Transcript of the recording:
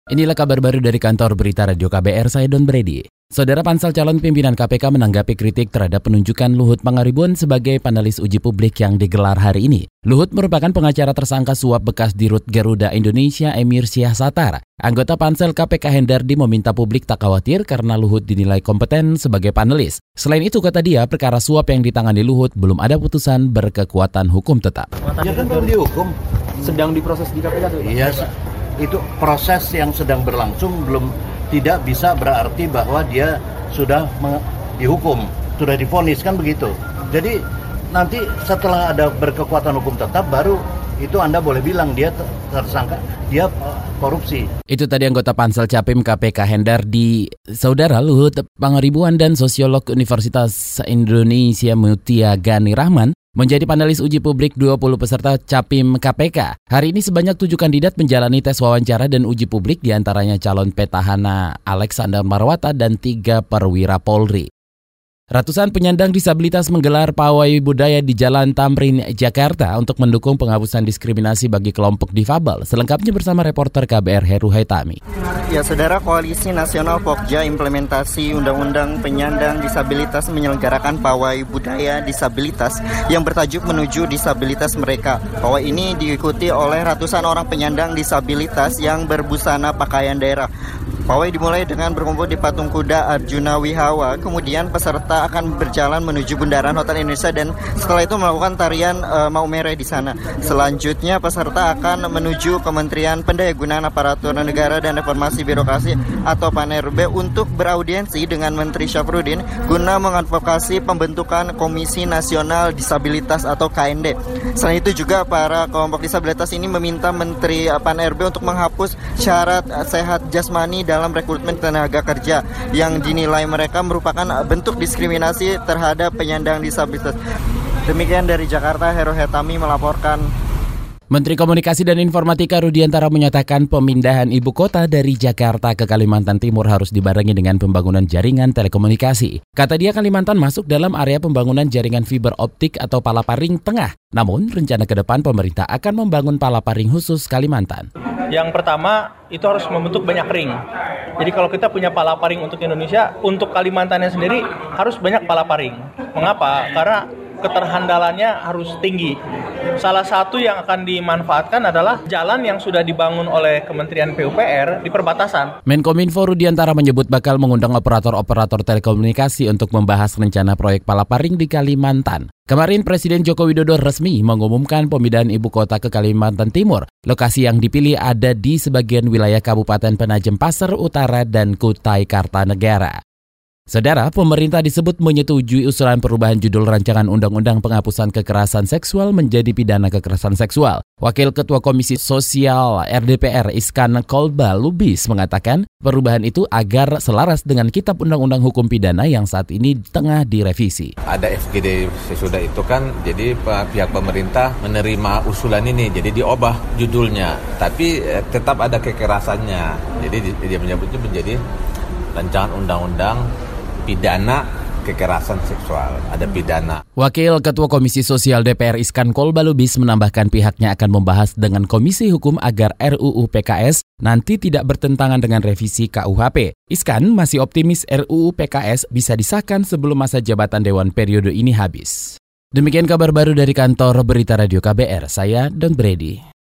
Inilah kabar baru dari kantor berita Radio KBR, saya Don Brady. Saudara Pansel calon pimpinan KPK menanggapi kritik terhadap penunjukan Luhut Pangaribuan sebagai panelis uji publik yang digelar hari ini. Luhut merupakan pengacara tersangka suap bekas Dirut Garuda Indonesia Emir Syahsatar. Anggota Pansel KPK Hendardi meminta publik tak khawatir karena Luhut dinilai kompeten sebagai panelis. Selain itu, kata dia, perkara suap yang ditangani Luhut belum ada putusan berkekuatan hukum tetap. Ya kan belum dihukum. Sedang diproses di KPK tuh? Iya, itu proses yang sedang berlangsung belum tidak bisa berarti bahwa dia sudah dihukum, sudah divonis kan begitu. Jadi nanti setelah ada berkekuatan hukum tetap baru itu Anda boleh bilang dia tersangka, dia korupsi. Itu tadi anggota Pansel Capim KPK Hendardi. Saudara, Luhut Pangaribuan dan sosiolog Universitas Indonesia Mutia Gani Rahman menjadi panelis uji publik 20 peserta Capim KPK. Hari ini sebanyak 7 kandidat menjalani tes wawancara dan uji publik, diantaranya calon petahana Alexander Marwata dan 3 perwira Polri. Ratusan penyandang disabilitas menggelar pawai budaya di Jalan Tamrin, Jakarta untuk mendukung penghapusan diskriminasi bagi kelompok difabel. Selengkapnya bersama reporter KBR Heru Haitami. Ya, Saudara, Koalisi Nasional Pokja Implementasi Undang-Undang Penyandang Disabilitas menyelenggarakan pawai budaya disabilitas yang bertajuk Menuju Disabilitas Mereka. Pawai ini diikuti oleh ratusan orang penyandang disabilitas yang berbusana pakaian daerah. Pawai dimulai dengan berkumpul di patung kuda Arjuna Wihawa, kemudian peserta akan berjalan menuju Bundaran Hotel Indonesia dan setelah itu melakukan tarian Maumere di sana. Selanjutnya peserta akan menuju Kementerian Pendayagunaan Aparatur Negara dan Reformasi Birokrasi atau PANRB untuk beraudiensi dengan Menteri Syafruddin guna mengadvokasi pembentukan Komisi Nasional Disabilitas atau KND. Selain itu juga para kelompok disabilitas ini meminta Menteri PANRB untuk menghapus syarat sehat jasmani dalam rekrutmen tenaga kerja yang dinilai mereka merupakan bentuk diskriminasi terhadap penyandang disabilitas. Demikian dari Jakarta, Heru Haitami melaporkan. Menteri Komunikasi dan Informatika Rudiantara menyatakan pemindahan ibu kota dari Jakarta ke Kalimantan Timur harus dibarengi dengan pembangunan jaringan telekomunikasi. Kata dia, Kalimantan masuk dalam area pembangunan jaringan fiber optik atau palaparing tengah. Namun, rencana ke depan pemerintah akan membangun palaparing khusus Kalimantan. Yang pertama, itu harus membentuk banyak ring. Jadi kalau kita punya palaparing untuk Indonesia, untuk Kalimantannya sendiri harus banyak palaparing. Mengapa? Karena keterhandalannya harus tinggi. Salah satu yang akan dimanfaatkan adalah jalan yang sudah dibangun oleh Kementerian PUPR di perbatasan. Menkominfo Rudiantara menyebut bakal mengundang operator-operator telekomunikasi untuk membahas rencana proyek palaparing di Kalimantan. Kemarin Presiden Joko Widodo resmi mengumumkan pemindahan ibu kota ke Kalimantan Timur. Lokasi yang dipilih ada di sebagian wilayah Kabupaten Penajam Pasar Utara dan Kutai Kartanegara. Saudara, pemerintah disebut menyetujui usulan perubahan judul rancangan Undang-Undang Penghapusan Kekerasan Seksual menjadi pidana kekerasan seksual. Wakil Ketua Komisi Sosial RDPR Iskan Kolbalubis mengatakan perubahan itu agar selaras dengan Kitab Undang-Undang Hukum Pidana yang saat ini tengah direvisi. Ada FGD sesudah itu kan, jadi pihak pemerintah menerima usulan ini, jadi diubah judulnya, tapi tetap ada kekerasannya. Jadi dia menyebutnya menjadi rancangan Undang-Undang Pidana Kekerasan Seksual, ada pidana. Wakil Ketua Komisi Sosial DPR Iskan Kolbalubis menambahkan pihaknya akan membahas dengan Komisi Hukum agar RUU PKS nanti tidak bertentangan dengan revisi KUHP. Iskan masih optimis RUU PKS bisa disahkan sebelum masa jabatan Dewan periode ini habis. Demikian kabar baru dari kantor berita Radio KBR, saya Don Brady.